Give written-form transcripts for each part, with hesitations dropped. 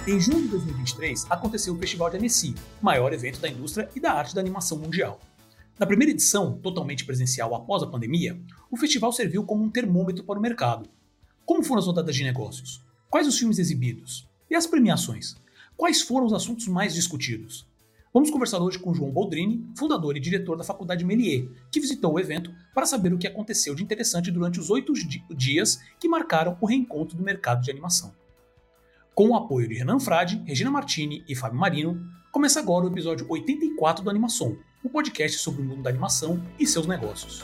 Em junho de 2023, aconteceu o Festival de Annecy, maior evento da indústria e da arte da animação mundial. Na primeira edição, totalmente presencial após a pandemia, o festival serviu como um termômetro para o mercado. Como foram as rodadas de negócios? Quais os filmes exibidos? E as premiações? Quais foram os assuntos mais discutidos? Vamos conversar hoje com João Boldrini, fundador e diretor da Faculdade Méliès, que visitou o evento para saber o que aconteceu de interessante durante os 8 dias que marcaram o reencontro do mercado de animação. Com o apoio de Renan Frade, Regina Martini e Fábio Marino, começa agora o episódio 84 do Animação, o podcast sobre o mundo da animação e seus negócios.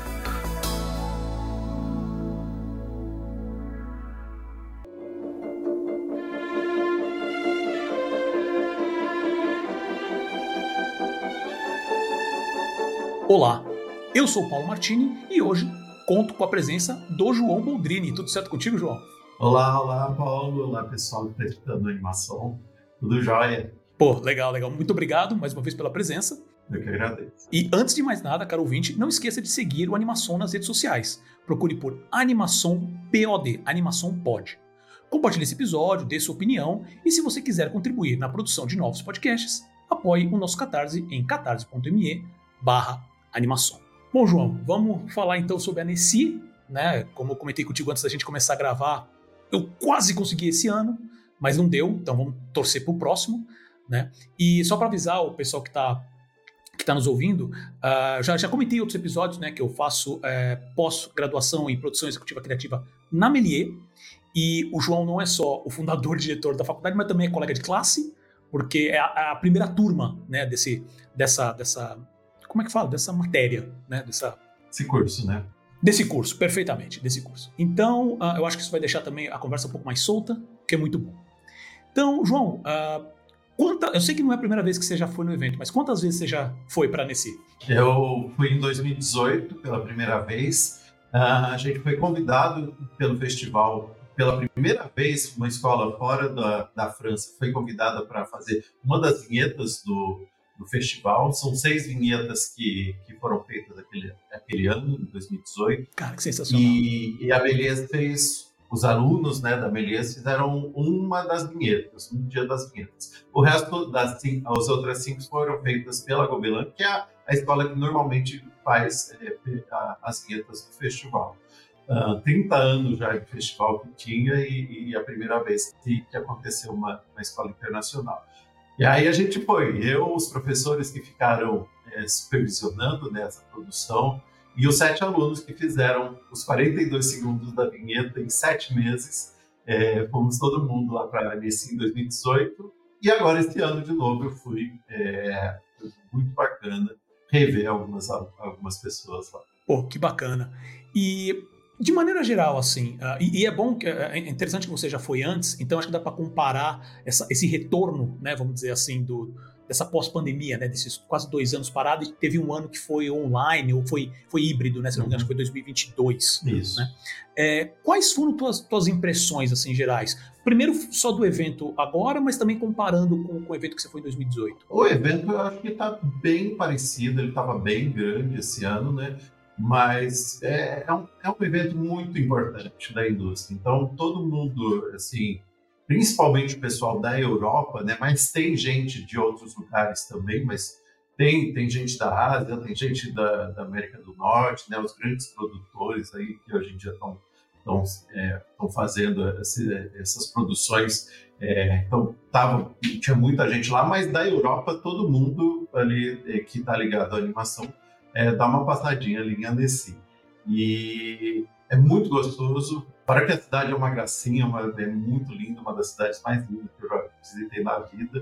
Olá, eu sou o Paulo Martini e hoje conto com a presença do João Boldrini. Tudo certo contigo, João? Olá, Paulo. Olá, pessoal que está escutando a animação. Tudo jóia? Pô, legal. Muito obrigado mais uma vez pela presença. Eu que agradeço. E antes de mais nada, caro ouvinte, não esqueça de seguir o Animação nas redes sociais. Procure por Animação POD, Animação Pod. Compartilhe esse episódio, dê sua opinião e se você quiser contribuir na produção de novos podcasts, apoie o nosso Catarse em catarse.me/animação. Bom, João, vamos falar então sobre a Annecy, né? Como eu comentei contigo antes da gente começar a gravar, eu quase consegui esse ano, mas não deu, então vamos torcer para o próximo, né? E só para avisar o pessoal que tá nos ouvindo, já comentei em outros episódios, né, que eu faço pós-graduação em produção executiva criativa na Méliès, e o João não é só o fundador e diretor da faculdade, mas também é colega de classe, porque é a primeira turma, né, dessa como é que fala? Dessa matéria, né, Esse curso, né? Desse curso, perfeitamente, desse curso. Então, eu acho que isso vai deixar também a conversa um pouco mais solta, que é muito bom. Então, João, eu sei que não é a primeira vez que você já foi no evento, mas quantas vezes você já foi para a Annecy? Eu fui em 2018 pela primeira vez. A gente foi convidado pelo festival pela primeira vez. Uma escola fora da França foi convidada para fazer uma das vinhetas do festival. São 6 vinhetas que foram feitas aquele ano, em 2018. Cara, que sensacional. E a Méliès fez, os alunos, né, da Méliès fizeram uma das vinhetas, um dia das vinhetas. O resto, as outras 5 foram feitas pela Gobelin, que é a escola que normalmente faz as vinhetas do festival. 30 anos já de festival que tinha e a primeira vez que aconteceu uma escola internacional. E aí a gente foi, os professores que ficaram supervisionando nessa produção e os 7 alunos que fizeram os 42 segundos da vinheta em 7 meses. Fomos todo mundo lá para a Annecy em 2018 e agora esse ano de novo eu fui. Foi muito bacana rever algumas pessoas lá. Pô, que bacana. E de maneira geral, assim, e é bom, é interessante que você já foi antes, então acho que dá para comparar esse retorno, né, vamos dizer assim, dessa pós-pandemia, né, desses quase 2 anos parado, e teve um ano que foi online, ou foi híbrido, né, se não me engano, acho que foi 2022. Isso. Né? Quais foram tuas impressões, assim, gerais? Primeiro, só do evento agora, mas também comparando com o evento que você foi em 2018. O evento, eu acho que está bem parecido, ele estava bem grande esse ano, né? Mas é um evento muito importante da indústria. Então, todo mundo, assim, principalmente o pessoal da Europa, né? Mas tem gente de outros lugares também, mas tem gente da Ásia, tem gente da América do Norte, né? Os grandes produtores aí que hoje em dia estão fazendo essas produções. Então, tinha muita gente lá, mas da Europa, todo mundo ali que está ligado à animação dá uma passadinha ali em Annecy. E é muito gostoso. Para que a cidade é uma gracinha, é muito linda, uma das cidades mais lindas que eu já visitei na vida.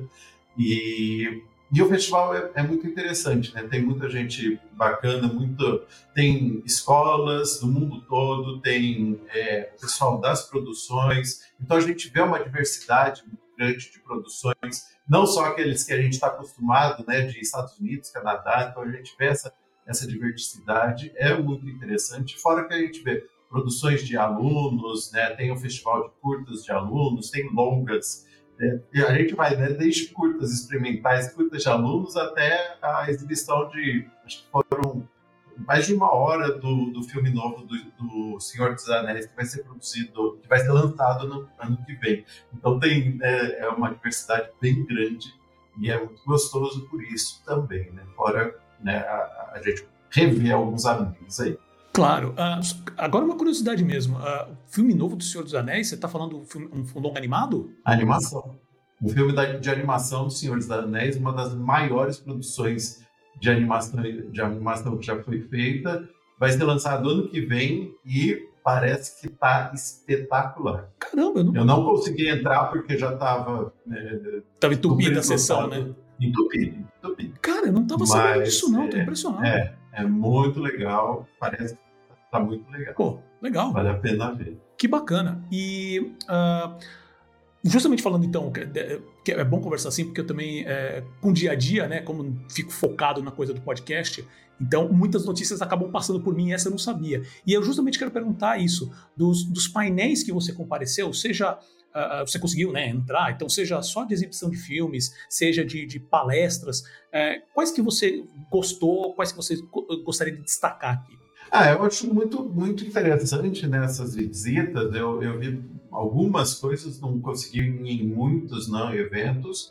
E o festival é muito interessante, né? Tem muita gente bacana, tem escolas do mundo todo, tem o pessoal das produções. Então a gente vê uma diversidade muito grande de produções, não só aqueles que a gente está acostumado, né, de Estados Unidos, Canadá. Então a gente vê essa diversidade, é muito interessante. Fora que a gente vê produções de alunos, né? Tem o festival de curtas de alunos, tem longas, né? E a gente vai, né, desde curtas experimentais, curtas de alunos, até a exibição de, acho que foram mais de 1 hora do filme novo do Senhor dos Anéis, que vai ser produzido, que vai ser lançado no ano que vem. Então tem uma diversidade bem grande e é muito gostoso por isso também, né? Fora, né, a gente rever alguns amigos aí. Claro. Agora uma curiosidade mesmo. O filme novo do Senhor dos Anéis, você está falando um longo animado? A animação. O filme de animação do Senhor dos Anéis, uma das maiores produções de animação que já foi feita, vai ser lançado ano que vem e parece que está espetacular. Caramba, eu não consegui entrar porque já estava... Estava entupida a sessão, né? Entupido. Cara, eu não estava sabendo disso não, tô impressionado. É muito legal, parece que tá muito legal. Pô, legal. Vale a pena ver. Que bacana. E justamente falando então, que é bom conversar assim, porque eu também, com o dia a dia, né, como fico focado na coisa do podcast, então muitas notícias acabam passando por mim e essa eu não sabia. E eu justamente quero perguntar isso, dos painéis que você compareceu, seja... você conseguiu, né, entrar, então seja só de exibição de filmes, seja de palestras, quais que você gostou, quais que você gostaria de destacar aqui? Eu acho muito, muito interessante nessas visitas. Eu vi algumas coisas, não consegui ir em muitos eventos.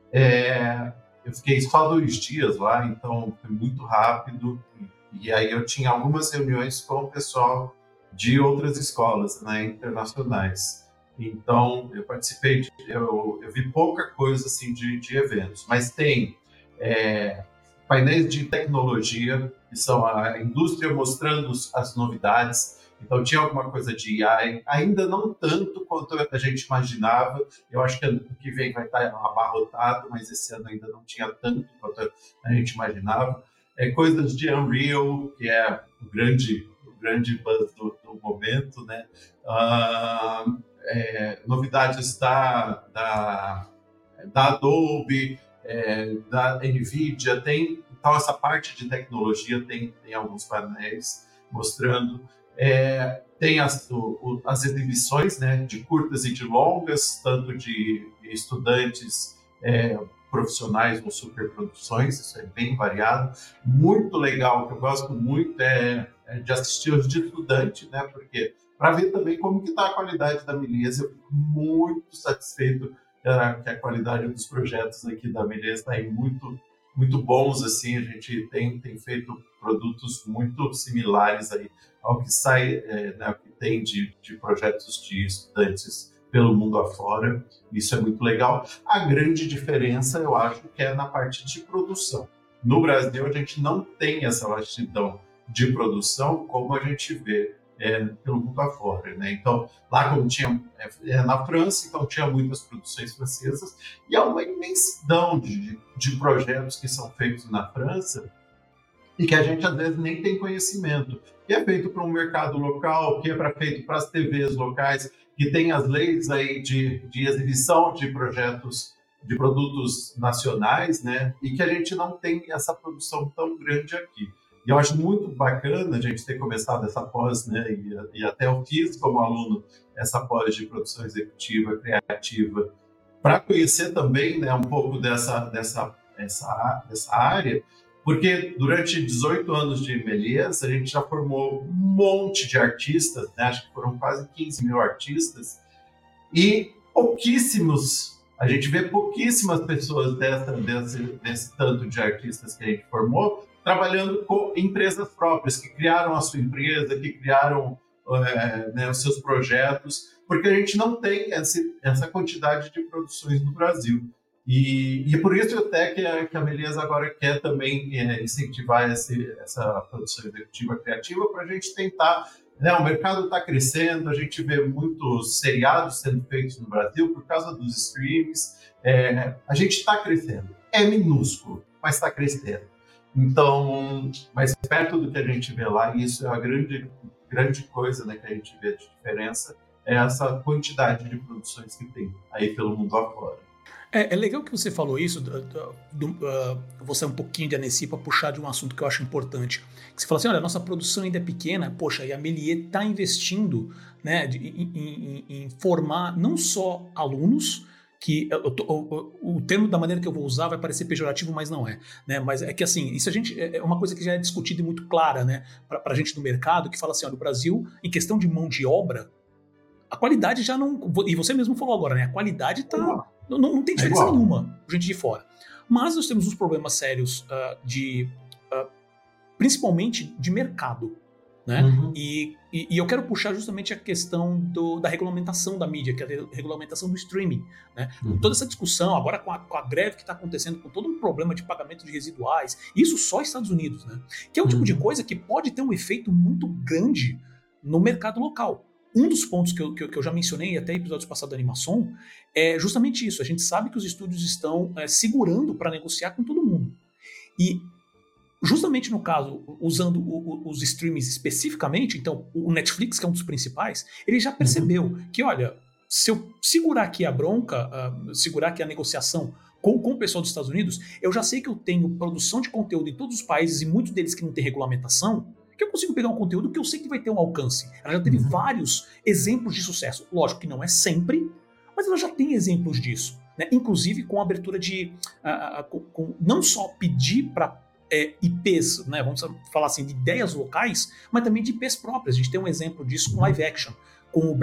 Eu fiquei só 2 dias lá, então foi muito rápido. E aí eu tinha algumas reuniões com o pessoal de outras escolas, né, internacionais. Então eu participei, eu vi pouca coisa assim de eventos, mas tem painéis de tecnologia, que são a indústria mostrando as novidades. Então tinha alguma coisa de AI, ainda não tanto quanto a gente imaginava. Eu acho que ano que vem vai estar abarrotado, mas esse ano ainda não tinha tanto quanto a gente imaginava. Coisas de Unreal, que é o grande buzz do momento, né? Novidades da Adobe, da NVIDIA, então essa parte de tecnologia tem alguns painéis mostrando, tem as exibições, né, de curtas e de longas, tanto de estudantes, profissionais ou superproduções, isso é bem variado, muito legal, que eu gosto muito de assistir os de estudante, né, porque para ver também como que está a qualidade da Melies, eu fico muito satisfeito que a qualidade dos projetos aqui da Melies está aí muito, muito bons, assim, a gente tem feito produtos muito similares aí ao que sai, né, ao que tem de projetos de estudantes pelo mundo afora, isso é muito legal. A grande diferença, eu acho, que é na parte de produção. No Brasil, a gente não tem essa vastidão de produção como a gente vê pelo mundo afora, né? Então, lá como tinha na França, então tinha muitas produções francesas e há uma imensidão de projetos que são feitos na França e que a gente às vezes nem tem conhecimento, que é feito para um mercado local, que é feito para as TVs locais, que tem as leis aí de exibição de projetos, de produtos nacionais, né? E que a gente não tem essa produção tão grande aqui. E eu acho muito bacana a gente ter começado essa pós, né? E até eu fiz como aluno essa pós de produção executiva, criativa, para conhecer também, né, um pouco dessa área, porque durante 18 anos de Melies, a gente já formou um monte de artistas, né? Acho que foram quase 15 mil artistas, e a gente vê pouquíssimas pessoas desse tanto de artistas que a gente formou, trabalhando com empresas próprias, que criaram a sua empresa, que criaram né, os seus projetos, porque a gente não tem essa quantidade de produções no Brasil. E por isso até que a Melies agora quer também incentivar essa produção executiva criativa para a gente tentar, né, o mercado está crescendo, a gente vê muitos seriados sendo feitos no Brasil por causa dos streams, a gente está crescendo, é minúsculo, mas está crescendo. Então, mas perto do que a gente vê lá, e isso é a grande coisa, né, que a gente vê de diferença, é essa quantidade de produções que tem aí pelo mundo afora. É legal que você falou isso, você é um pouquinho de Annecy para puxar de um assunto que eu acho importante. Que você fala assim, olha, a nossa produção ainda é pequena, poxa, e a Méliès está investindo, né, em formar não só alunos que o termo da maneira que eu vou usar vai parecer pejorativo, mas não é, né? Mas é que assim, isso é uma coisa que já é discutida e muito clara, né, para a gente do mercado, que fala assim, ó, no Brasil, em questão de mão de obra, a qualidade já não, e você mesmo falou agora, né? A qualidade não tem diferença nenhuma por gente de fora. Mas nós temos uns problemas sérios principalmente de mercado, né? Uhum. E eu quero puxar justamente a questão da regulamentação da mídia, que é a regulamentação do streaming, né? Uhum. Toda essa discussão, agora com a greve que está acontecendo, com todo um problema de pagamento de residuais, isso só Estados Unidos, né? Que é o tipo de coisa que pode ter um efeito muito grande no mercado local. Um dos pontos que eu já mencionei até em episódios passados da animação é justamente isso. A gente sabe que os estúdios estão segurando para negociar com todo mundo. E justamente no caso, usando os streamings especificamente, então o Netflix, que é um dos principais, ele já percebeu que, olha, se eu segurar aqui a bronca, segurar aqui a negociação com o pessoal dos Estados Unidos, eu já sei que eu tenho produção de conteúdo em todos os países e muitos deles que não tem regulamentação, que eu consigo pegar um conteúdo que eu sei que vai ter um alcance. Ela já teve vários exemplos de sucesso. Lógico que não é sempre, mas ela já tem exemplos disso. Né? Inclusive com a abertura de... não só pedir para IPs, né, vamos falar assim, de ideias locais, mas também de IPs próprias. A gente tem um exemplo disso com live action, com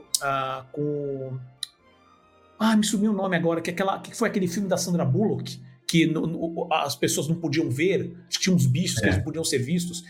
me sumiu o nome agora, que foi aquele filme da Sandra Bullock, que as pessoas não podiam ver, acho que tinha uns bichos que eles não podiam ser vistos.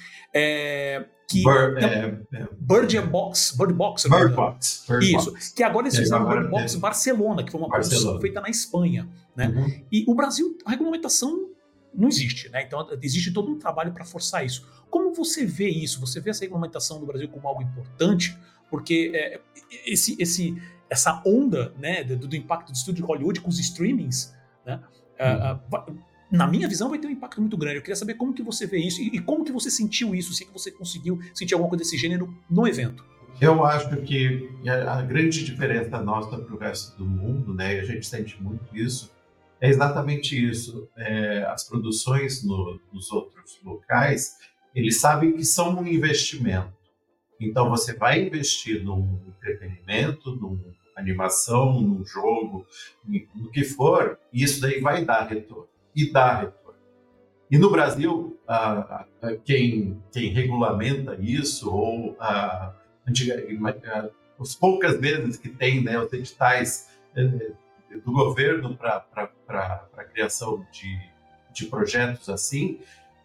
Bird Box. Isso, que agora eles fizeram Bird Box Barcelona, que foi uma produção feita na Espanha. Né? E o Brasil, a regulamentação não existe, né? Então existe todo um trabalho para forçar isso. Como você vê isso? Você vê essa regulamentação do Brasil como algo importante? Porque essa onda, né, do impacto do estúdio de Hollywood com os streamings, né, na minha visão vai ter um impacto muito grande. Eu queria saber como que você vê isso e como que você sentiu isso, se é que você conseguiu sentir alguma coisa desse gênero no evento. Eu acho que a grande diferença nossa para o resto do mundo, né, e a gente sente muito isso, é exatamente isso. As produções nos outros locais, eles sabem que são um investimento. Então, você vai investir num entretenimento, numa animação, num jogo, no que for, e isso daí vai dar retorno. E dá retorno. E no Brasil, quem regulamenta isso, ou as poucas vezes que tem, né, os editais do governo para a criação de projetos assim,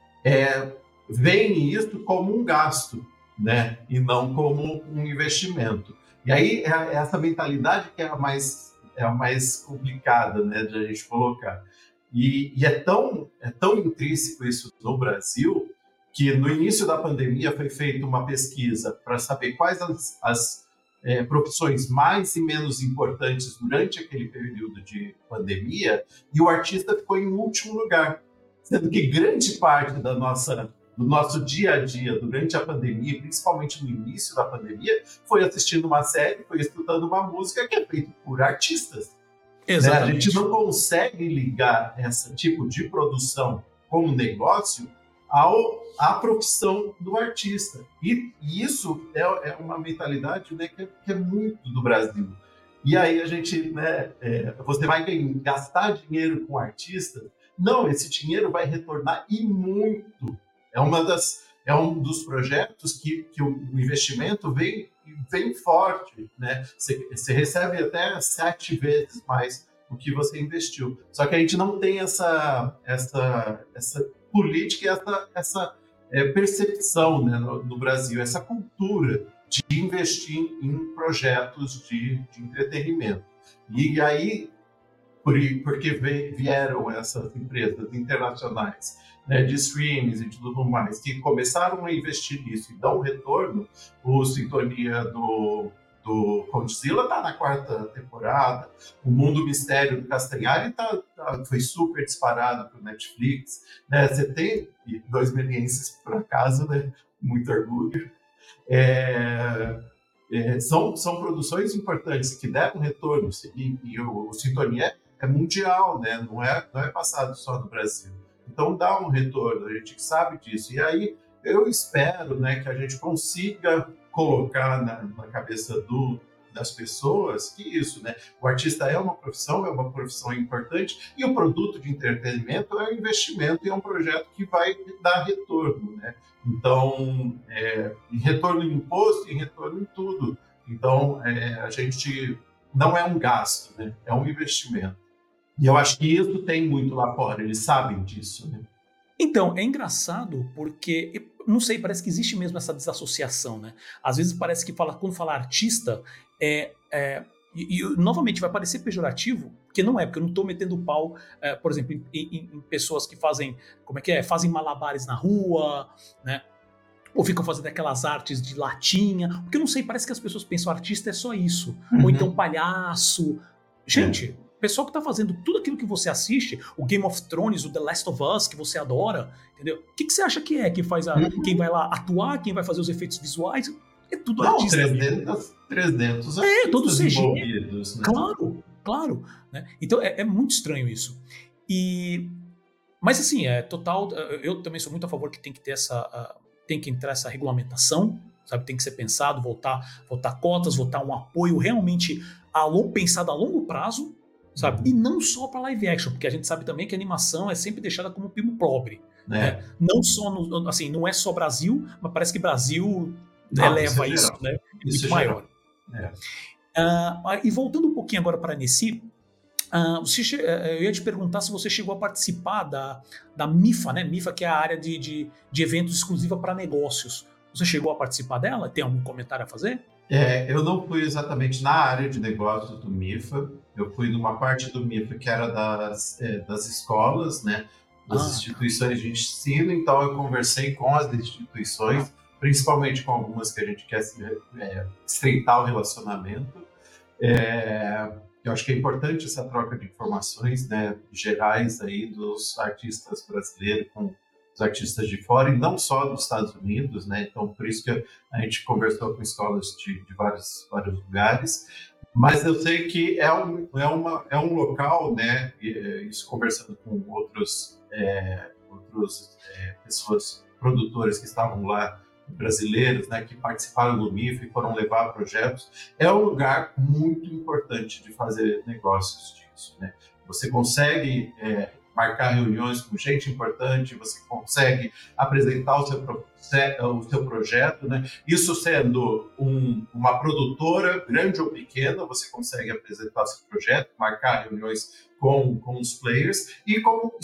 veem isso como um gasto, né? E não como um investimento. E aí essa mentalidade que é a mais complicada, né, de a gente colocar. E é tão intrínseco isso no Brasil que no início da pandemia foi feita uma pesquisa para saber quais as profissões mais e menos importantes durante aquele período de pandemia, e o artista ficou em último lugar, sendo que grande parte do nosso dia a dia durante a pandemia, principalmente no início da pandemia, foi assistindo uma série, foi escutando uma música que é feita por artistas. Exatamente. Né? A gente não consegue ligar esse tipo de produção como negócio à profissão do artista. E isso é uma mentalidade, né, que é muito do Brasil. E aí a gente, né, você vai gastar dinheiro com artista? Não, esse dinheiro vai retornar e muito. É um dos projetos que o investimento vem forte, né? Você recebe até 7 vezes mais o que você investiu. Só que a gente não tem essa política e essa percepção, né, no Brasil, essa cultura de investir em projetos de entretenimento. E aí, porque vieram essas empresas internacionais, né, de streams e de tudo mais, que começaram a investir nisso e dão retorno, o Sintonia do Condzilla está na 4ª temporada, o Mundo Mistério do Castanhari foi super disparado para o Netflix, né? Você tem, e 2 melienses por acaso, né? Muito orgulho. São produções importantes que deram retorno, e o Sintonia é mundial, né? Não é passado só no Brasil. Então dá um retorno, a gente sabe disso. E aí eu espero, né, que a gente consiga colocar na cabeça das pessoas que isso, né? O artista é uma profissão importante, e o produto de entretenimento é um investimento e é um projeto que vai dar retorno, né? Então, em retorno em imposto, em retorno em tudo. Então, a gente não é um gasto, né? É um investimento. E eu acho que isso tem muito lá fora, eles sabem disso, né? Então, é engraçado porque, não sei, parece que existe mesmo essa desassociação, né? Às vezes parece que quando fala artista, novamente vai parecer pejorativo, que não é, porque eu não estou metendo pau, por exemplo, em pessoas que fazem, fazem malabares na rua, né? Ou ficam fazendo aquelas artes de latinha, porque eu não sei, parece que as pessoas pensam artista é só isso, ou então palhaço. Gente, o pessoal que tá fazendo tudo aquilo que você assiste, o Game of Thrones, o The Last of Us, que você adora, entendeu? O que você acha que é? Que faz quem vai lá atuar, quem vai fazer os efeitos visuais? É tudo artista. 300 todo CG. envolvidos, né? Claro. Né? Então é muito estranho isso. Mas assim, total. Eu também sou muito a favor que tem que ter tem que entrar essa regulamentação, sabe? Tem que ser pensado, votar cotas, votar um apoio realmente pensado a longo prazo, sabe? E não só para live action, porque a gente sabe também que a animação é sempre deixada como primo pobre. Né? Não só não é só Brasil, mas parece que Brasil eleva isso, né? É muito maior. E voltando um pouquinho agora para a Annecy, eu ia te perguntar se você chegou a participar da MIFA, né? MIFA, que é a área de eventos exclusiva para negócios. Você chegou a participar dela? Tem algum comentário a fazer? Eu não fui exatamente na área de negócios do MIFA. Eu fui numa parte do MIFA que era das escolas, né? Das instituições de ensino. Então, eu conversei com as instituições, principalmente com algumas que a gente quer estreitar o relacionamento. Eu acho que é importante essa troca de informações, né, gerais aí dos artistas brasileiros com os artistas de fora, e não só dos Estados Unidos, né? Então, por isso que a gente conversou com escolas de vários lugares. Mas eu sei que é um local, né? Isso conversando com outros pessoas produtoras que estavam lá, brasileiros, né, que participaram do MIFA e foram levar projetos, é um lugar muito importante de fazer negócios disso, né? Você consegue marcar reuniões com gente importante, você consegue apresentar o seu projeto, né? Isso sendo uma produtora, grande ou pequena, você consegue apresentar seu projeto, marcar reuniões com os players, e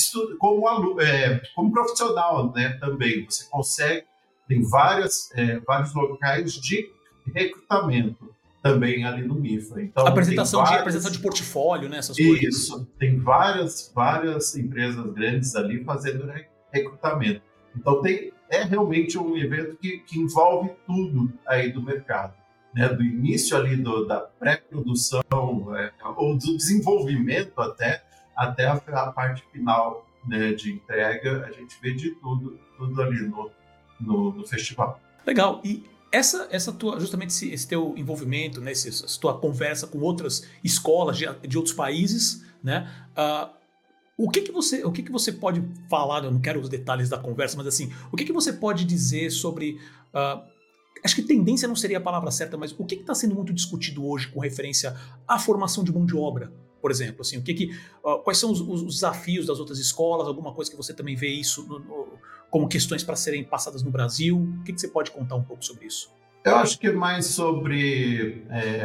como profissional, né, também. Você consegue. Tem vários locais de recrutamento também ali no MIFA. Então, apresentação de portfólio, né? Essas coisas. Isso. Tem várias empresas grandes ali fazendo recrutamento. Então, é realmente um evento que envolve tudo aí do mercado. Né? Do início ali da pré-produção, ou do desenvolvimento até a parte final, né, de entrega, a gente vê de tudo ali no festival. Legal. E essa tua, justamente esse teu envolvimento, né, essa tua conversa com outras escolas de outros países, né? O que você pode falar? Eu não quero os detalhes da conversa, mas assim, o que você pode dizer sobre acho que tendência não seria a palavra certa, mas o que está sendo muito discutido hoje com referência à formação de mão de obra, por exemplo? Assim, quais são os desafios das outras escolas? Alguma coisa que você também vê isso como questões para serem passadas no Brasil? O que você pode contar um pouco sobre isso? Eu acho que é mais sobre...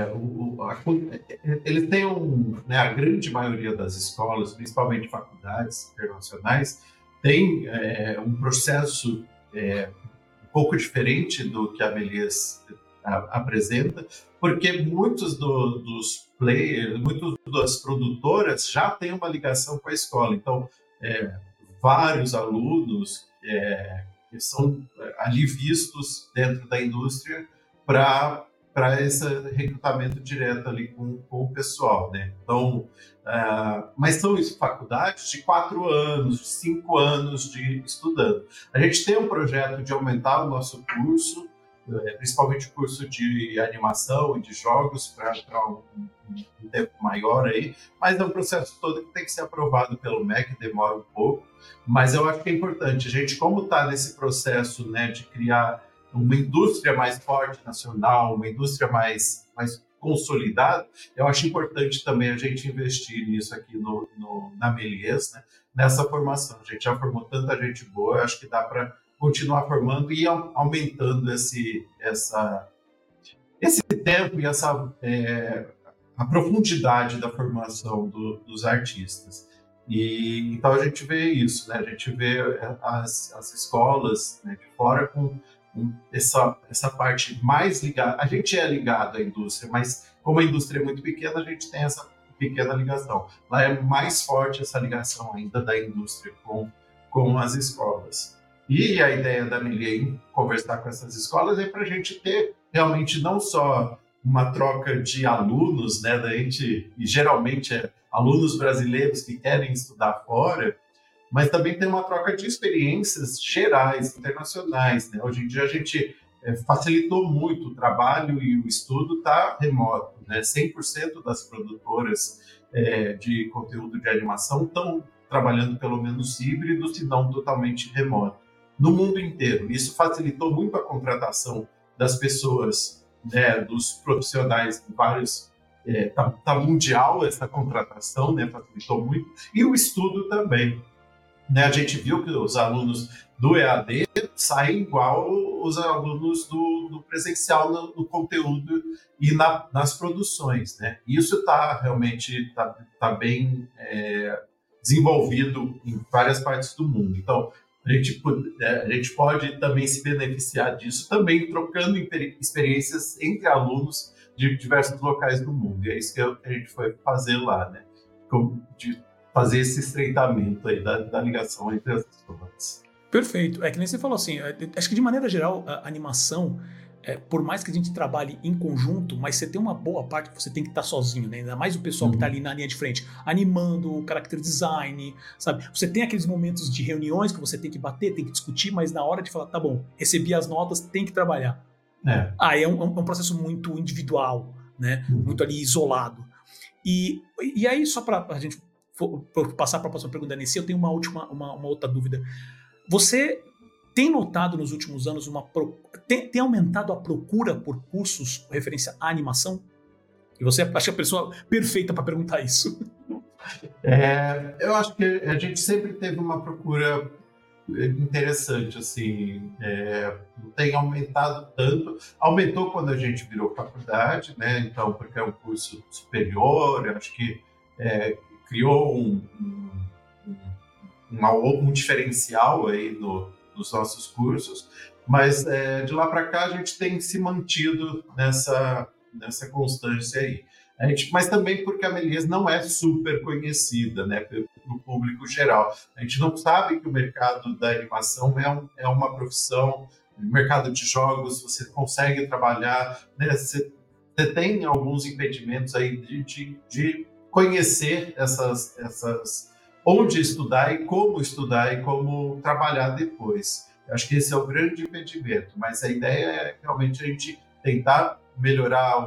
eles têm né, a grande maioria das escolas, principalmente faculdades internacionais, tem um processo um pouco diferente do que a Melies apresenta, porque muitos dos players, muitas das produtoras já têm uma ligação com a escola. Então, vários alunos que são ali vistos dentro da indústria para esse recrutamento direto ali com o pessoal, né? Então, mas são faculdades de 4 anos, de 5 anos de estudando. A gente tem um projeto de aumentar o nosso curso, principalmente o curso de animação e de jogos para um tempo maior aí, mas é um processo todo que tem que ser aprovado pelo MEC, demora um pouco, mas eu acho que é importante. A gente, como está nesse processo, né, de criar uma indústria mais forte nacional, uma indústria mais consolidado, eu acho importante também a gente investir nisso aqui na Méliès, né? Nessa formação. A gente já formou tanta gente boa, eu acho que dá para continuar formando e aumentando esse tempo e a profundidade da formação dos artistas. E então a gente vê isso, né? A gente vê as escolas, né, de fora com essa parte mais ligada. A gente é ligado à indústria, mas como a indústria é muito pequena, a gente tem essa pequena ligação. Lá é mais forte essa ligação ainda da indústria com as escolas. E a ideia da Méliès em conversar com essas escolas é para a gente ter realmente não só uma troca de alunos, né, e geralmente alunos brasileiros que querem estudar fora, mas também tem uma troca de experiências gerais, internacionais, né? Hoje em dia a gente facilitou muito o trabalho e o estudo está remoto, né? 100% das produtoras de conteúdo de animação estão trabalhando pelo menos híbrido, se não totalmente remoto, no mundo inteiro. Isso facilitou muito a contratação das pessoas, né, dos profissionais de vários... Tá mundial essa contratação, né? Facilitou muito. E o estudo também. Né, a gente viu que os alunos do EAD saem igual os alunos do presencial no conteúdo e nas produções, né? Isso realmente tá bem desenvolvido em várias partes do mundo. Então, a gente pode também se beneficiar disso, também trocando experiências entre alunos de diversos locais do mundo. E é isso que a gente foi fazer lá, né? De fazer esse estreitamento aí da ligação entre as escolas. Perfeito. É que nem você falou assim, acho que de maneira geral a animação, por mais que a gente trabalhe em conjunto, mas você tem uma boa parte que você tem que estar sozinho, né? Ainda mais o pessoal que está ali na linha de frente, animando, character design, sabe? Você tem aqueles momentos de reuniões que você tem que bater, tem que discutir, mas na hora de falar, tá bom, recebi as notas, tem que trabalhar. Aí é um processo muito individual, né? Muito ali isolado. E aí, só para a gente passar para a próxima pergunta, Nessi, eu tenho uma outra dúvida. Você tem notado nos últimos anos tem aumentado a procura por cursos referência à animação? E você acha a pessoa perfeita para perguntar isso? Eu acho que a gente sempre teve uma procura interessante, assim, não tem aumentado tanto. Aumentou quando a gente virou faculdade, né? Então, porque é um curso superior, eu acho que criou um diferencial aí nos nossos cursos, mas de lá para cá a gente tem se mantido nessa constância aí. Mas também porque a Méliès não é super conhecida, né, pelo público geral. A gente não sabe que o mercado da animação é uma profissão, no mercado de jogos você consegue trabalhar, né, você tem alguns impedimentos aí de conhecer onde estudar e como trabalhar depois. Eu acho que esse é o grande impedimento, mas a ideia é realmente a gente tentar melhorar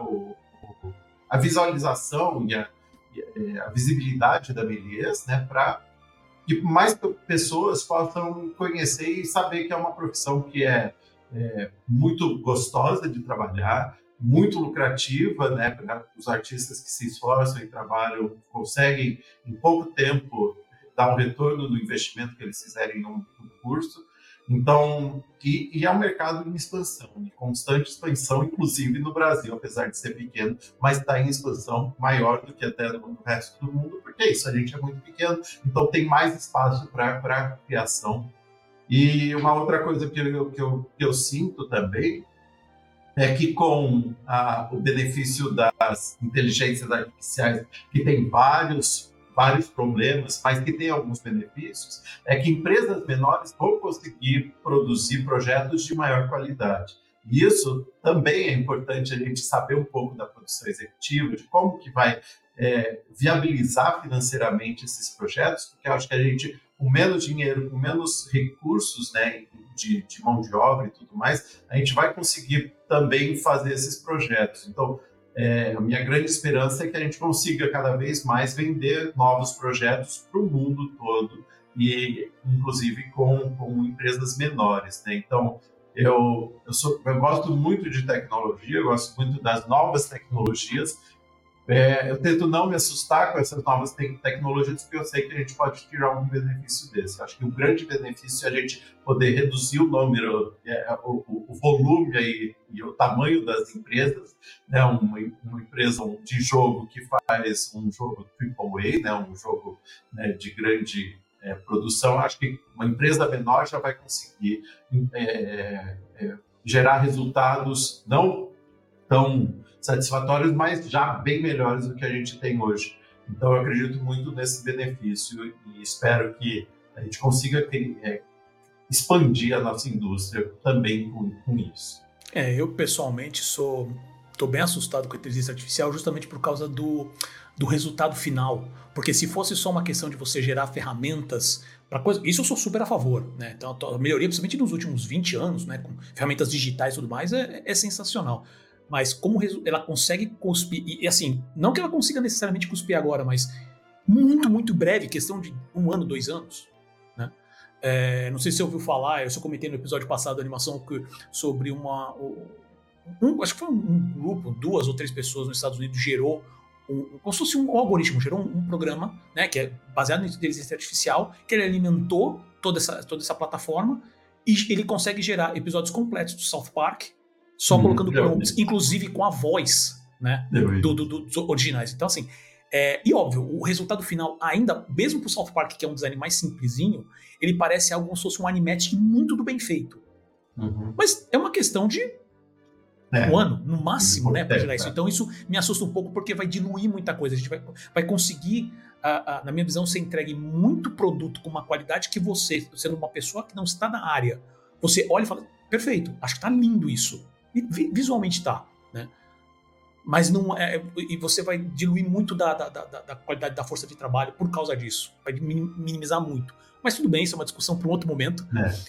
a visualização e a visibilidade da Méliès, né, para que mais pessoas possam conhecer e saber que é uma profissão que é muito gostosa de trabalhar, muito lucrativa, né, para os artistas que se esforçam e trabalham, conseguem em pouco tempo dar um retorno do investimento que eles fizerem no curso. Então, e é um mercado em expansão, em constante expansão, inclusive no Brasil, apesar de ser pequeno, mas está em expansão maior do que até no resto do mundo, porque é isso, a gente é muito pequeno, então tem mais espaço para criação. E uma outra coisa que eu sinto também é que com o benefício das inteligências artificiais, que tem vários problemas, mas que tem alguns benefícios, é que empresas menores vão conseguir produzir projetos de maior qualidade. E isso também é importante a gente saber um pouco da produção executiva, de como que vai viabilizar financeiramente esses projetos, porque eu acho que a gente, com menos dinheiro, com menos recursos, né, de mão de obra e tudo mais, a gente vai conseguir também fazer esses projetos. Então, a minha grande esperança é que a gente consiga cada vez mais vender novos projetos para o mundo todo, e inclusive com empresas menores, né? Então, Eu gosto muito de tecnologia, eu gosto muito das novas tecnologias. Eu tento não me assustar com essas novas tecnologias, porque eu sei que a gente pode tirar algum benefício desse. Eu acho que o grande benefício é a gente poder reduzir o número, o volume e o tamanho das empresas. Né? Uma empresa de jogo que faz um jogo AAA, né? Um jogo, né, de grande produção, acho que uma empresa menor já vai conseguir gerar resultados não tão satisfatórios, mas já bem melhores do que a gente tem hoje. Então, eu acredito muito nesse benefício e espero que a gente consiga expandir a nossa indústria também com isso. Eu pessoalmente estou bem assustado com a inteligência artificial justamente por causa do resultado final. Porque se fosse só uma questão de você gerar ferramentas para coisa, isso eu sou super a favor, né? Então, a melhoria, principalmente nos últimos 20 anos, né, com ferramentas digitais e tudo mais, é sensacional. Mas como ela consegue cuspir, e assim, não que ela consiga necessariamente cuspir agora, mas muito, muito breve, questão de 1 ano, 2 anos, né? Não sei se você ouviu falar, eu só comentei no episódio passado da animação sobre acho que foi um grupo, 2 ou 3 pessoas nos Estados Unidos gerou como se fosse um algoritmo, gerou um programa, né, que é baseado em inteligência artificial, que ele alimentou toda essa plataforma e ele consegue gerar episódios completos do South Park só colocando prompts, inclusive com a voz, né, dos originais. Então, assim, e óbvio, o resultado final, ainda, mesmo pro South Park, que é um design mais simplesinho, ele parece algo como se fosse um animatic muito do bem feito. Mas é uma questão de 1 ano, no máximo, né, para gerar isso. Então, isso me assusta um pouco, porque vai diluir muita coisa. A gente vai conseguir, na minha visão, ser entregue muito produto com uma qualidade que você, sendo uma pessoa que não está na área, você olha e fala, perfeito, acho que tá lindo isso. E visualmente tá, né? Mas não e você vai diluir muito da qualidade da força de trabalho por causa disso. Vai minimizar muito. Mas tudo bem, isso é uma discussão para um outro momento.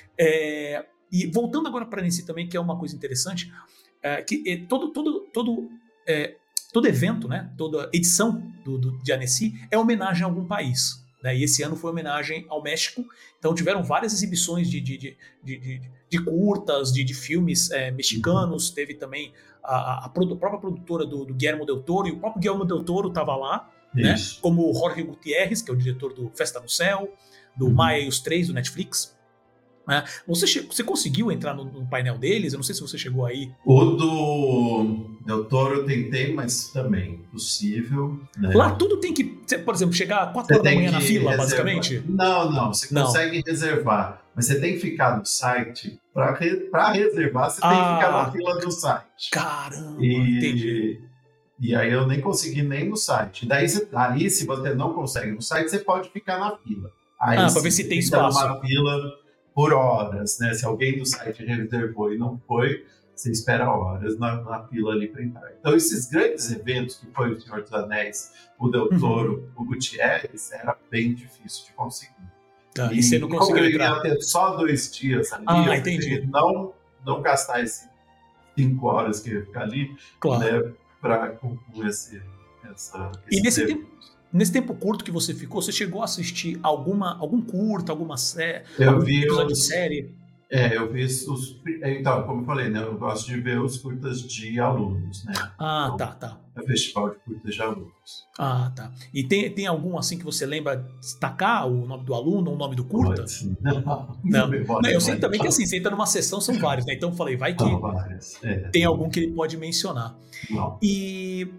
E voltando agora para a Annecy também, que é uma coisa interessante, que todo evento, né, toda edição de Annecy é homenagem a algum país. Né? E esse ano foi homenagem ao México. Então tiveram várias exibições de curtas, de filmes mexicanos. Teve também a própria produtora do Guillermo del Toro, e o próprio Guillermo del Toro estava lá, né? Como o Jorge Gutiérrez, que é o diretor do Festa no Céu, do Maia e os Três, do Netflix. Você conseguiu entrar no painel deles? Eu não sei se você chegou aí. O do Del Toro eu tentei, mas também impossível. Né? Lá tudo tem que, por exemplo, chegar 4 horas da manhã na fila, basicamente? Não. Você consegue reservar, mas você tem que ficar no site. Para reservar, você tem que ficar na fila do site. Caramba, entendi. E aí eu nem consegui nem no site. Daí, se você não consegue no site, você pode ficar na fila. Para ver se tem espaço. Uma fila por horas, né? Se alguém do site reservou e não foi, você espera horas na fila ali para entrar. Então, esses grandes eventos, que foi o Senhor dos Anéis, o Del Toro, o Gutierrez, era bem difícil de conseguir. E você não conseguiu entrar? Eu ia ter só 2 dias ali, eu entendi. Não gastar esses 5 horas que eu ia ficar ali, claro, né, para concluir esse e nesse tempo curto que você ficou, você chegou a assistir algum curto, alguma série, episódio de série? Eu vi então, como eu falei, né, eu gosto de ver os curtas de alunos, né? Então, tá. É o festival de curtas de alunos. Tá. E tem algum assim que você lembra destacar o nome do aluno ou o nome do curta? Não. Eu sei também que assim, você entra numa sessão, são vários, né? Então eu falei, vai que tem algum que ele pode mencionar. Não. E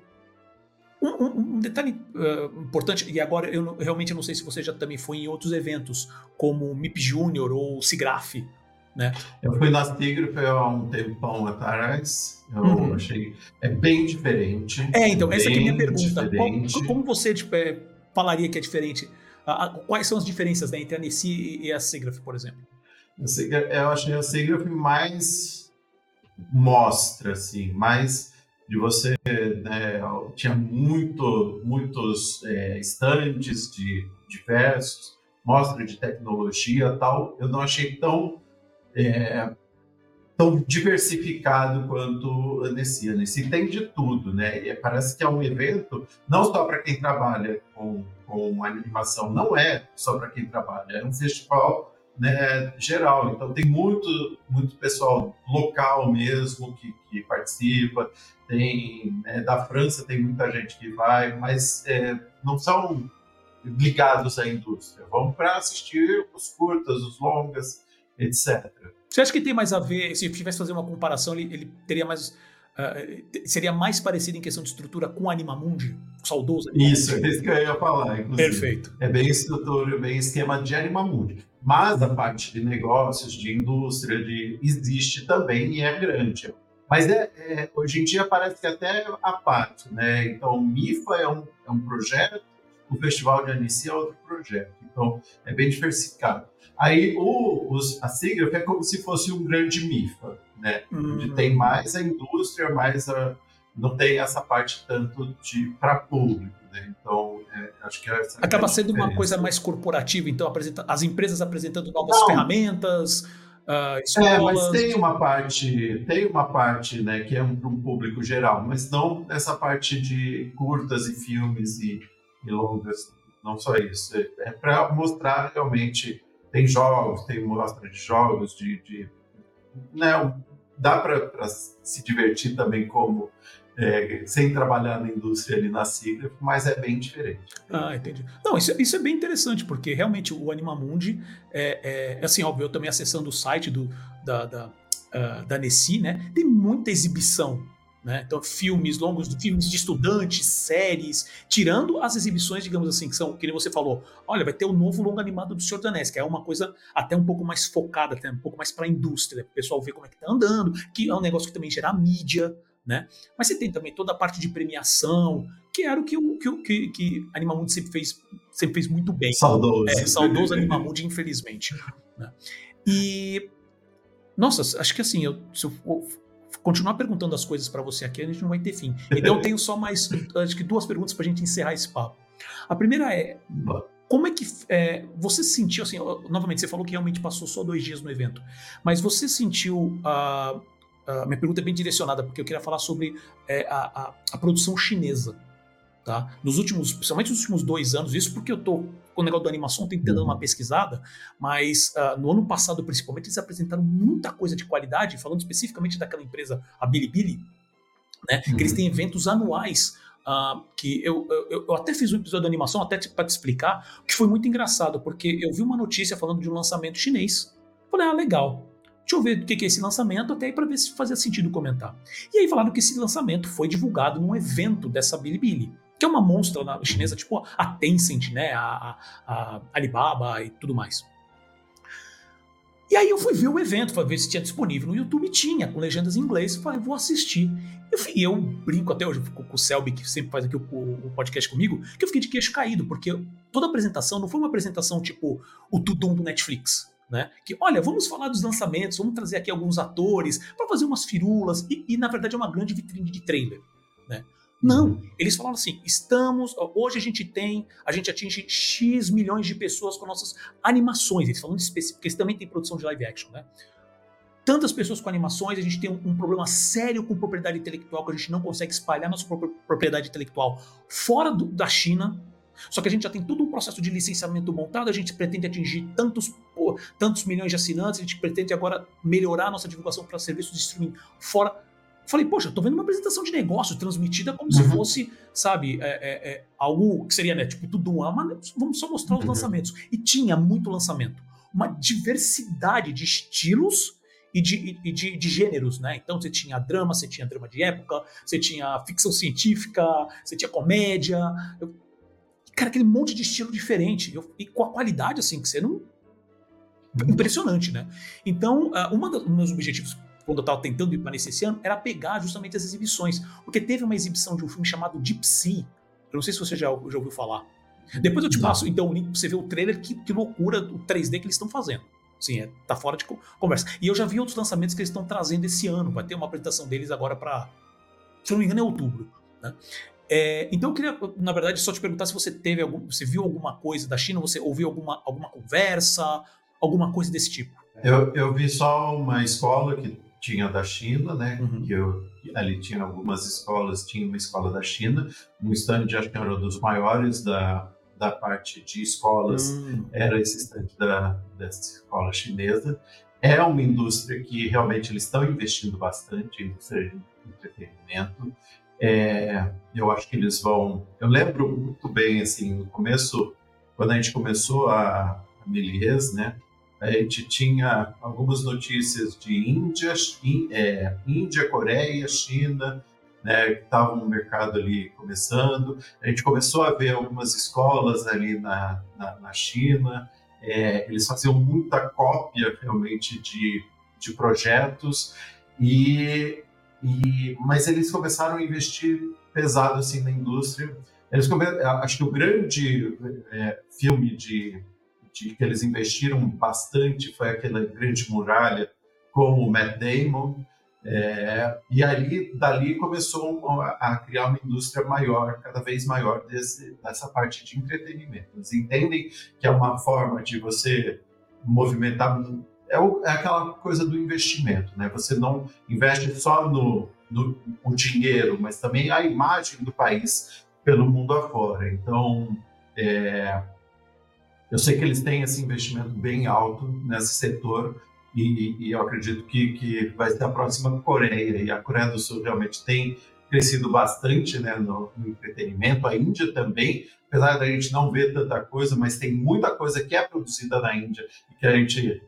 um detalhe importante, e agora eu realmente não sei se você já também foi em outros eventos, como o MIP Júnior ou SIGGRAPH, né? Eu fui na SIGGRAPH há um tempão atrás, eu achei bem diferente. Então, essa aqui é a minha pergunta. Como você falaria que é diferente? Quais são as diferenças, né, entre a Annecy e a SIGGRAPH, por exemplo? Eu achei a SIGGRAPH mais mostra, assim, mais de você, né, tinha muitos estandes de diversos, mostra de tecnologia e tal. Eu não achei tão diversificado quanto a Annecy. A Annecy tem de tudo, né? E parece que é um evento não só para quem trabalha com animação, não é só para quem trabalha, é um festival né, geral. Então tem muito pessoal local mesmo que participa, tem, né, da França tem muita gente que vai, mas não são ligados à indústria, vão para assistir os curtas, os longas, etc. Você acha que tem mais a ver, se tivesse fazer uma comparação, ele teria mais, seria mais parecido em questão de estrutura com o Animamundi, o saudoso Animamundi? Isso, é isso que eu ia falar, inclusive. Perfeito. É bem estrutura, bem esquema de Animamundi. Mas a parte de negócios, de indústria, existe também e é grande. Mas hoje em dia parece que até a parte, né? Então, o MIFA é um projeto, o Festival de Annecy é outro projeto. Então, é bem diversificado. Aí, a SIGGRAPH é como se fosse um grande MIFA, né? Onde tem mais a indústria, não tem essa parte tanto para público, né? Então, acho que essa acaba sendo uma coisa mais corporativa, então as empresas apresentando novas ferramentas, escolas... mas tem uma parte, né, que é para um público geral, mas não essa parte de curtas e filmes e longas, não só isso. É para mostrar realmente, tem jogos, tem mostra de jogos, né, dá para se divertir também como sem trabalhar na indústria ali na SIGGRAPH, mas é bem diferente. Entendi. Não, isso é bem interessante, porque realmente o Animamundi assim, óbvio, eu também acessando o site da Annecy, né, tem muita exibição, né? Então, filmes longos, filmes de estudantes, séries, tirando as exibições, digamos assim, que são, que nem você falou, olha, vai ter o novo longo animado do Senhor dos Anéis, que é uma coisa até um pouco mais focada, até um pouco mais para a indústria, para o pessoal ver como é que tá andando, que é um negócio que também gera mídia, né? Mas você tem também toda a parte de premiação, que era o que Animamundi sempre fez muito bem. Saudoso Animamundi, infelizmente. Né? E, nossa, acho que assim, se eu continuar perguntando as coisas para você aqui, a gente não vai ter fim. Então eu tenho só mais, acho que 2 perguntas para a gente encerrar esse papo. A primeira é, como é que você sentiu, assim, novamente, você falou que realmente passou só 2 dias no evento, mas você sentiu, minha pergunta é bem direcionada, porque eu queria falar sobre a produção chinesa. Tá? Principalmente nos últimos 2 anos, isso porque eu tô com o negócio da animação, tentando dar uma pesquisada, mas no ano passado, principalmente, eles apresentaram muita coisa de qualidade, falando especificamente daquela empresa, a Bilibili, né? Que eles têm eventos anuais, que eu até fiz um episódio de animação, até para te explicar, que foi muito engraçado, porque eu vi uma notícia falando de um lançamento chinês. Falei, legal. Deixa eu ver o que é esse lançamento, até aí para ver se fazia sentido comentar. E aí falaram que esse lançamento foi divulgado num evento dessa Bilibili, que é uma monstra chinesa, tipo a Tencent, né, a Alibaba e tudo mais. E aí eu fui ver o evento, fui ver se tinha disponível no YouTube, tinha, com legendas em inglês, falei, vou assistir. E eu brinco até hoje com o Selby, que sempre faz aqui o podcast comigo, que eu fiquei de queixo caído, porque toda a apresentação não foi uma apresentação tipo o Tudum do Netflix, né? Que, olha, vamos falar dos lançamentos, vamos trazer aqui alguns atores para fazer umas firulas, e na verdade é uma grande vitrine de trailer, né? Não, eles falaram assim, hoje a gente atinge X milhões de pessoas com nossas animações, eles falam específico, porque eles também têm produção de live action, né? Tantas pessoas com animações, a gente tem um problema sério com propriedade intelectual, que a gente não consegue espalhar nossa propriedade intelectual fora da China, só que a gente já tem todo um processo de licenciamento montado, a gente pretende atingir tantos milhões de assinantes, a gente pretende agora melhorar nossa divulgação para serviços de streaming fora. Falei, poxa, eu tô vendo uma apresentação de negócio transmitida como se fosse, sabe, algo que seria, né, tipo, tudo vamos só mostrar os lançamentos. E tinha muito lançamento. Uma diversidade de estilos e de gêneros, né? Então você tinha drama de época, você tinha ficção científica, você tinha comédia. Cara, aquele monte de estilo diferente. E com a qualidade, assim, que você não... Impressionante, né? Então, um dos meus objetivos quando eu estava tentando ir para esse ano, era pegar justamente as exibições. Porque teve uma exibição de um filme chamado Deep Sea. Eu não sei se você já ouviu falar. Depois eu te passo, então, o link para você ver o trailer, que loucura, o 3D que eles estão fazendo. Sim, tá fora de conversa. E eu já vi outros lançamentos que eles estão trazendo esse ano. Vai ter uma apresentação deles agora para, se eu não me engano, é outubro. Né? Então eu queria, na verdade, só te perguntar se você você viu alguma coisa da China, você ouviu alguma conversa, alguma coisa desse tipo. Eu vi só uma escola que tinha da China, né? Que ali tinha algumas escolas, tinha uma escola da China, um stand, acho que era um dos maiores da da parte de escolas era esse stand dessa escola chinesa. É uma indústria que realmente eles estão investindo bastante, indústria de entretenimento. Eu acho que eles vão... Eu lembro muito bem, assim, no começo, quando a gente começou a Méliès, né? A gente tinha algumas notícias de Índia, Coreia, China, né, que estavam no mercado ali começando. A gente começou a ver algumas escolas ali na China. Eles faziam muita cópia realmente de projetos, mas eles começaram a investir pesado assim, na indústria. Acho que o grande filme que eles investiram bastante foi aquela Grande Muralha com o Matt Damon. E dali começou a criar uma indústria maior, cada vez maior dessa parte de entretenimento. Eles entendem que é uma forma de você movimentar, é aquela coisa do investimento, né? Você não investe só no o dinheiro, mas também a imagem do país pelo mundo afora. Então, eu sei que eles têm esse investimento bem alto nesse setor, e eu acredito que vai ser a próxima Coreia. E a Coreia do Sul realmente tem crescido bastante, né, no entretenimento. A Índia também, apesar da gente não ver tanta coisa, mas tem muita coisa que é produzida na Índia e que a gente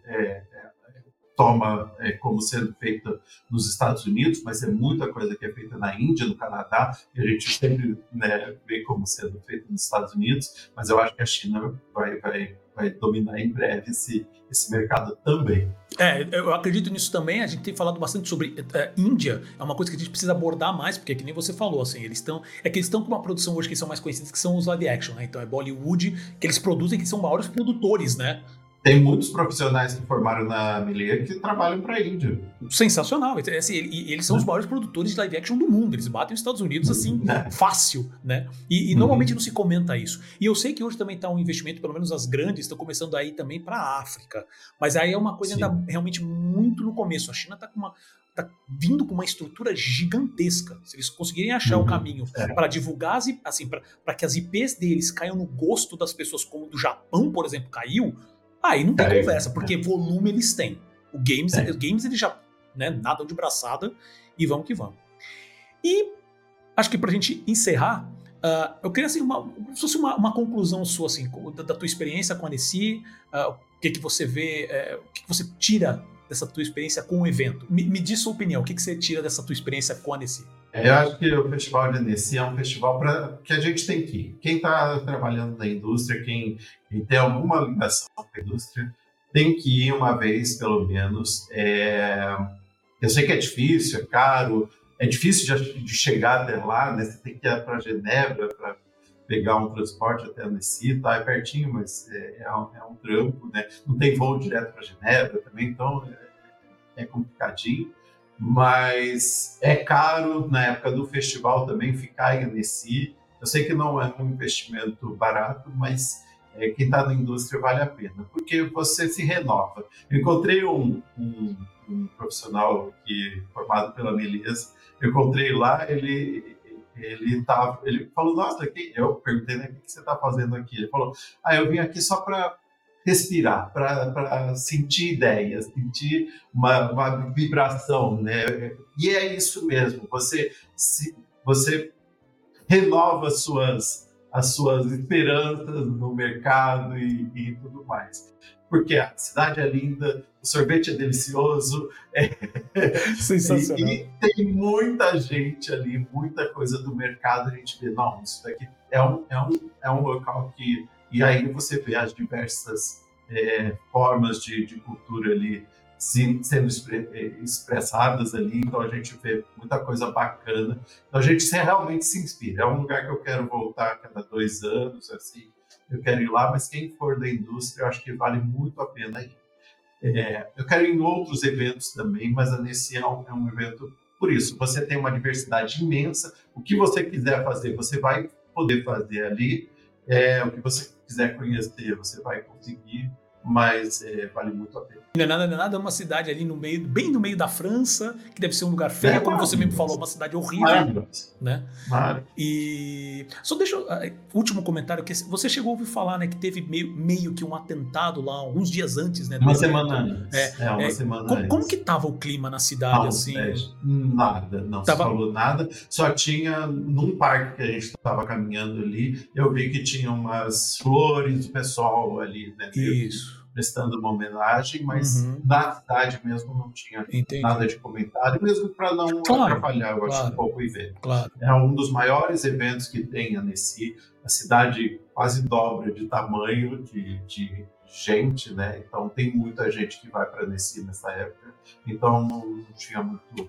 toma como sendo feita nos Estados Unidos, mas é muita coisa que é feita na Índia, no Canadá, e a gente sempre, né, vê como sendo feita nos Estados Unidos, mas eu acho que a China vai dominar em breve esse mercado também. Eu acredito nisso também. A gente tem falado bastante sobre Índia, é uma coisa que a gente precisa abordar mais, porque que nem você falou, assim, eles estão com uma produção hoje que são mais conhecidos, que são os live action, né? Então é Bollywood, que eles produzem, que são maiores produtores, né? Tem muitos profissionais que formaram na Méliès que trabalham para a Índia. Sensacional. Assim, eles são os maiores produtores de live action do mundo. Eles batem os Estados Unidos, assim, fácil, né? E normalmente não se comenta isso. E eu sei que hoje também está um investimento, pelo menos as grandes, estão começando a ir também para a África. Mas aí é uma coisa ainda realmente muito no começo. A China tá vindo com uma estrutura gigantesca. Se eles conseguirem achar o caminho para divulgar, assim, para que as IPs deles caiam no gosto das pessoas, como do Japão, por exemplo, caiu, aí não tem conversa, porque volume eles têm. Os games eles já, né, nadam de braçada e vamos que vamos. E acho que pra gente encerrar, eu queria assim, se fosse uma conclusão sua, assim, da tua experiência com a Annecy, o que você vê, o que você tira dessa tua experiência com o evento. Me diz sua opinião, o que você tira dessa tua experiência com a Annecy? Eu acho que o Festival de Annecy é um festival que a gente tem que ir. Quem está trabalhando na indústria, quem tem alguma ligação com a indústria, tem que ir uma vez, pelo menos. Eu sei que é difícil, é caro, é difícil de chegar até lá, né? Você tem que ir para Genebra para pegar um transporte até Annecy, tá? É pertinho, mas é um trampo, né? Não tem voo direto para Genebra também, então é complicadinho. Mas é caro na época do festival também ficar em Annecy. Eu sei que não é um investimento barato, mas quem está na indústria vale a pena, porque você se renova. Eu encontrei um profissional formado pela Méliès, eu encontrei lá, ele falou, nossa, eu perguntei, né, o que você está fazendo aqui? Ele falou, eu vim aqui só para respirar, para sentir ideias, sentir uma vibração, né? E é isso mesmo, você renova as suas esperanças no mercado e tudo mais. Porque a cidade é linda, o sorvete é delicioso, sensacional. E tem muita gente ali, muita coisa do mercado, a gente vê, não, isso daqui é um local que... E aí você vê as diversas formas de cultura ali sendo expressadas ali, então a gente vê muita coisa bacana. Então a gente realmente se inspira. É um lugar que eu quero voltar a cada 2 anos, assim, eu quero ir lá, mas quem for da indústria, eu acho que vale muito a pena ir. Eu quero ir em outros eventos também, mas a Annecy é um evento, por isso, você tem uma diversidade imensa, o que você quiser fazer, você vai poder fazer ali, o que você quiser conhecer, você vai conseguir. mas vale muito a pena. Não é nada, é uma cidade ali no meio, bem no meio da França, que deve ser um lugar feio, como você mesmo falou, uma cidade horrível. Maravilhoso. Né? E só deixa último comentário, que você chegou a ouvir falar, né, que teve meio que um atentado lá alguns dias antes, né? Uma semana antes. Uma semana antes. Como que tava o clima na cidade, assim? Nada, não se falou nada. Só tinha, num parque que a gente estava caminhando ali, eu vi que tinha umas flores, o pessoal ali, né? Isso. Prestando uma homenagem, mas na cidade mesmo não tinha nada de comentário, mesmo para não atrapalhar, eu acho, um pouco o evento. É um dos maiores eventos que tem a Annecy, a cidade quase dobra de tamanho de gente, né? Então tem muita gente que vai para Annecy nessa época, então não tinha muito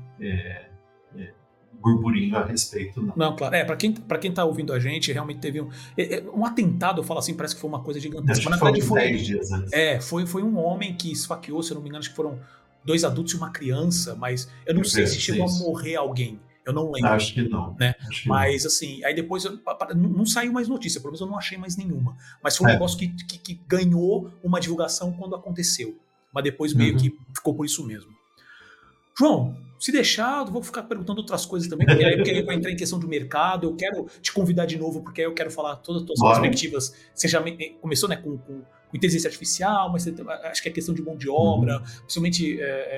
burburinho a respeito, não. Não, claro. Para quem tá ouvindo a gente, realmente teve um atentado, eu falo assim, parece que foi uma coisa gigantesca. Mas na verdade foi 10 dias antes. Foi um homem que esfaqueou, se eu não me engano, acho que foram 2 adultos e uma criança, mas eu não sei se chegou a morrer alguém. Eu não lembro. Acho que não. Né? Mas assim, aí depois não saiu mais notícia, pelo menos eu não achei mais nenhuma. Mas foi um negócio que ganhou uma divulgação quando aconteceu. Mas depois meio que ficou por isso mesmo. João, se deixar, eu vou ficar perguntando outras coisas também, porque aí vai entrar em questão de mercado. Eu quero te convidar de novo, porque aí eu quero falar todas as tuas perspectivas. Você já começou, né, com inteligência artificial, mas acho que é questão de mão de obra, principalmente.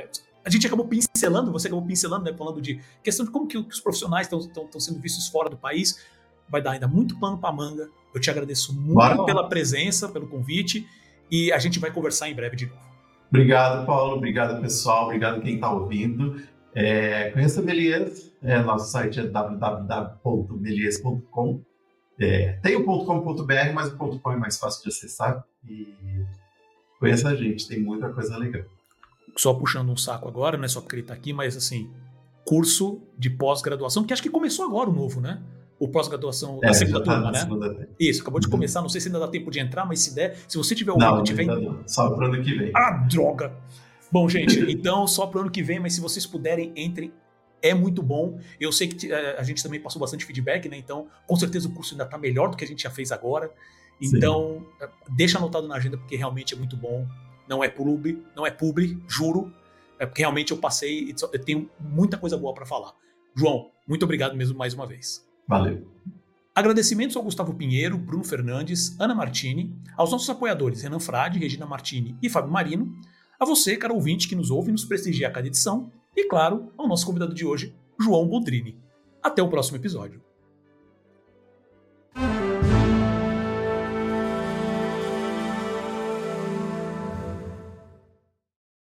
A gente acabou pincelando, você acabou pincelando, né, falando de questão de como que os profissionais estão sendo vistos fora do país. Vai dar ainda muito pano para manga. Eu te agradeço muito pela presença, pelo convite, e a gente vai conversar em breve de novo. Obrigado, Paulo. Obrigado, pessoal. Obrigado quem está ouvindo. Conheça a Méliès. Nosso site é www.melies.com. Tem o .com.br, mas o .com é mais fácil de acessar. E conheça a gente, tem muita coisa legal. Só puxando um saco agora, não é só porque ele está aqui, mas assim, curso de pós-graduação, que acho que começou agora o novo, né? O pós-graduação da segunda turma, né? Isso, acabou de começar, não sei se ainda dá tempo de entrar, mas se der, se você tiver ouvido... Não, só pro ano que vem. Ah, droga! Bom, gente, então só pro ano que vem, mas se vocês puderem, entrem, é muito bom. Eu sei que a gente também passou bastante feedback, né? Então, com certeza o curso ainda tá melhor do que a gente já fez agora. Então, deixa anotado na agenda, porque realmente é muito bom. Não é publi, juro. É porque realmente eu passei, eu tenho muita coisa boa para falar. João, muito obrigado mesmo mais uma vez. Valeu. Agradecimentos ao Gustavo Pinheiro, Bruno Fernandes, Ana Martini, aos nossos apoiadores Renan Frade, Regina Martini e Fábio Marino, a você, caro ouvinte, que nos ouve e nos prestigia a cada edição, e claro, ao nosso convidado de hoje, João Boldrini. Até o próximo episódio.